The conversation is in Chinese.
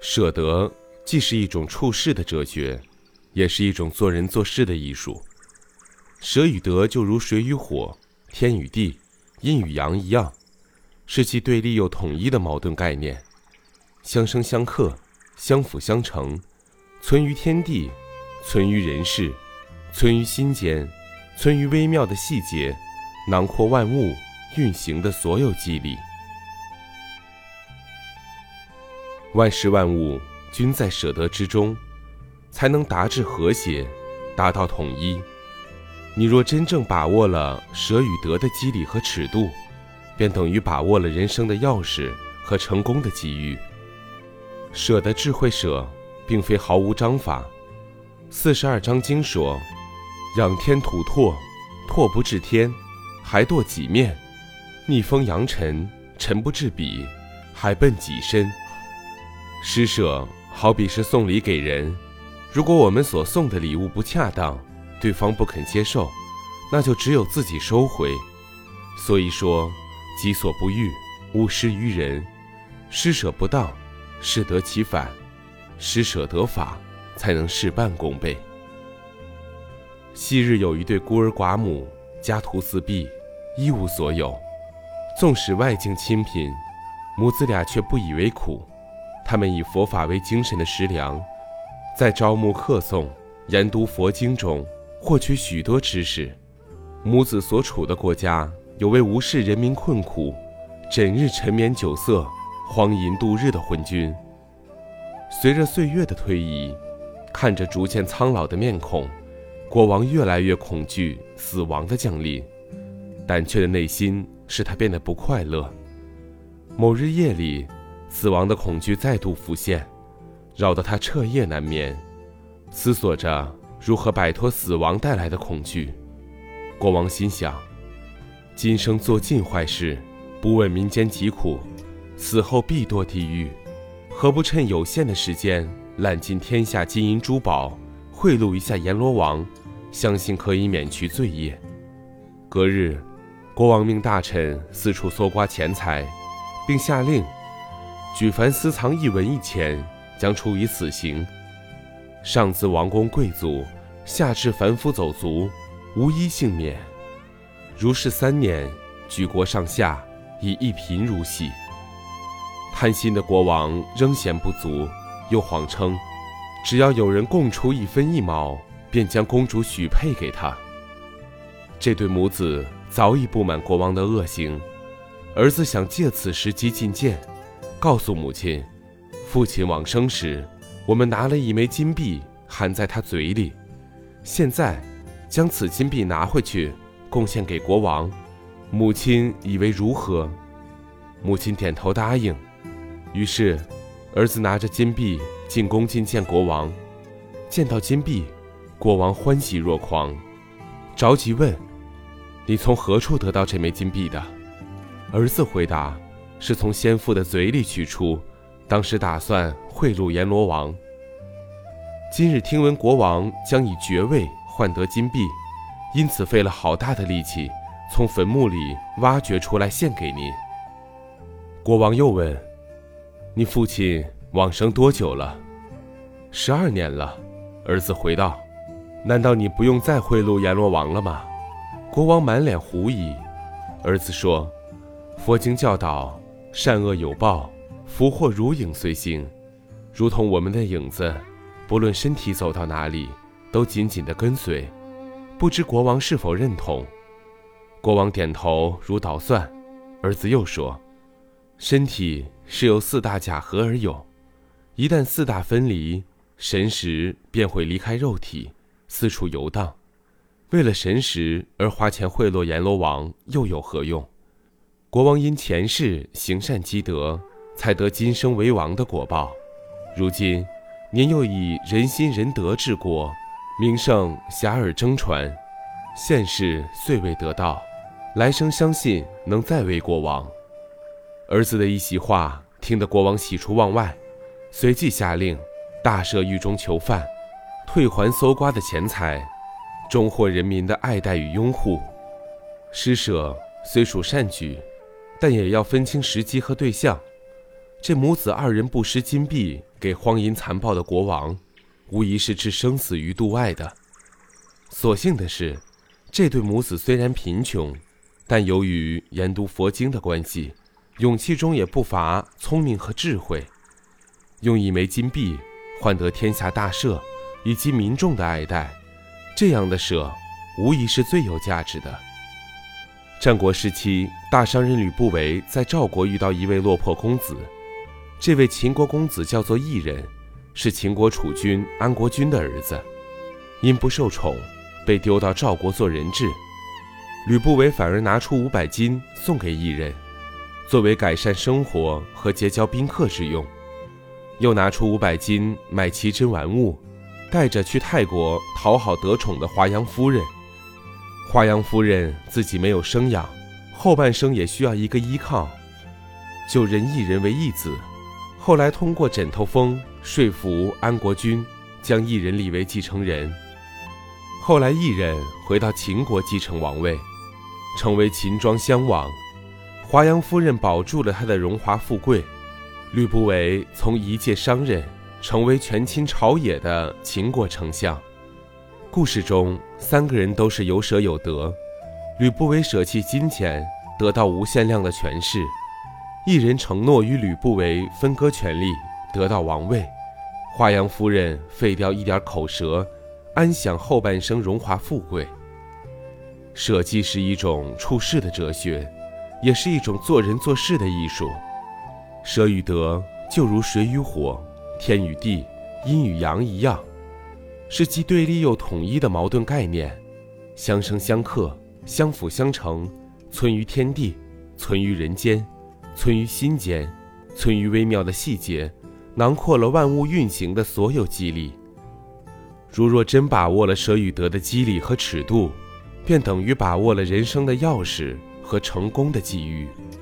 舍得既是一种处世的哲学，也是一种做人做事的艺术。舍与得就如水与火、天与地、阴与阳一样，是其对立又统一的矛盾概念，相生相克，相辅相成，存于天地，存于人世，存于心间，存于微妙的细节，囊括万物运行的所有机理。万事万物均在舍得之中，才能达至和谐，达到统一。你若真正把握了舍与得的机理和尺度，便等于把握了人生的钥匙和成功的机遇。舍的智慧舍，并非毫无章法。42章经说：仰天吐唾，唾不至天，还堕己面；逆风扬尘，尘不至彼，还奔己身。施舍好比是送礼给人，如果我们所送的礼物不恰当，对方不肯接受，那就只有自己收回。所以说，己所不欲，勿施于人。施舍不当，适得其反；施舍得法，才能事半功倍。昔日有一对孤儿寡母，家徒四壁，一无所有，纵使外境清贫，母子俩却不以为苦。他们以佛法为精神的食粮，在朝暮课诵、研读佛经中获取许多知识。母子所处的国家有为无视人民困苦，整日沉湎酒色、荒淫度日的昏君。随着岁月的推移，看着逐渐苍老的面孔，国王越来越恐惧死亡的降临，胆怯的内心使他变得不快乐。某日夜里，死亡的恐惧再度浮现，扰得他彻夜难眠，思索着如何摆脱死亡带来的恐惧。国王心想，今生做尽坏事，不问民间疾苦，死后必堕地狱，何不趁有限的时间揽尽天下金银珠宝，贿赂一下阎罗王，相信可以免去罪业。隔日，国王命大臣四处搜刮钱财，并下令举凡私藏1文1钱，将处以死刑。上自王公贵族，下至凡夫走卒，无一幸免。如是3年，举国上下以一贫如洗。贪心的国王仍嫌不足，又谎称只要有人供出1分1毛，便将公主许配给他。这对母子早已不满国王的恶行，儿子想借此时机进谏，告诉母亲，父亲往生时，我们拿了1枚金币含在他嘴里，现在将此金币拿回去贡献给国王，母亲以为如何？母亲点头答应。于是儿子拿着金币进宫觐见国王。见到金币，国王欢喜若狂，着急问，你从何处得到这枚金币的？儿子回答，是从先父的嘴里取出，当时打算贿赂阎罗王。今日听闻国王将以爵位换得金币，因此费了好大的力气，从坟墓里挖掘出来献给您。国王又问，你父亲往生多久了？12年了。儿子回道，难道你不用再贿赂阎罗王了吗？国王满脸狐疑。儿子说，佛经教导善恶有报，福祸如影随形，如同我们的影子，不论身体走到哪里，都紧紧地跟随。不知国王是否认同？国王点头如捣蒜。儿子又说，身体是由4大假合而有，一旦4大分离，神识便会离开肉体，四处游荡。为了神识而花钱贿赂阎罗王，又有何用？国王因前世行善积德，才得今生为王的果报。如今您又以人心仁德治国，名声遐迩争传，现世虽未得到，来生相信能再为国王。儿子的一席话听得国王喜出望外，随即下令大赦狱中囚犯，退还搜刮的钱财，终获人民的爱戴与拥护。施舍虽属善举，但也要分清时机和对象。这母子2人不施金币， 给荒淫残暴的国王，无疑是置生死于度外的。所幸的是，这对母子虽然贫穷，但由于研读佛经的关系，勇气中也不乏聪明和智慧。用1枚金币换得天下大赦以及民众的爱戴，这样的赦无疑是最有价值的。战国时期，大商人吕不韦在赵国遇到一位落魄公子，这位秦国公子叫做异人，是秦国储君安国君的儿子，因不受宠，被丢到赵国做人质。吕不韦反而拿出500金送给异人，作为改善生活和结交宾客之用，又拿出500金买奇珍玩物，带着去泰国讨好得宠的华阳夫人。华阳夫人自己没有生养，后半生也需要一个依靠，就认异人为义子。后来通过枕头风说服安国君，将异人立为继承人。后来异人回到秦国继承王位，成为秦庄襄王。华阳夫人保住了他的荣华富贵，吕不韦从一介商人成为权倾朝野的秦国丞相。故事中3个人都是有舍有得，吕不韦舍弃金钱，得到无限量的权势；异人承诺与吕不韦分割权力，得到王位；华阳夫人废掉一点口舌，安享后半生荣华富贵。舍弃是一种处世的哲学，也是一种做人做事的艺术。舍与得就如水与火、天与地、阴与阳一样，是既对立又统一的矛盾概念，相生相克，相辅相成，存于天地，存于人间，存于心间，存于微妙的细节，囊括了万物运行的所有机理。如若真把握了舍与得的机理和尺度，便等于把握了人生的钥匙和成功的机遇。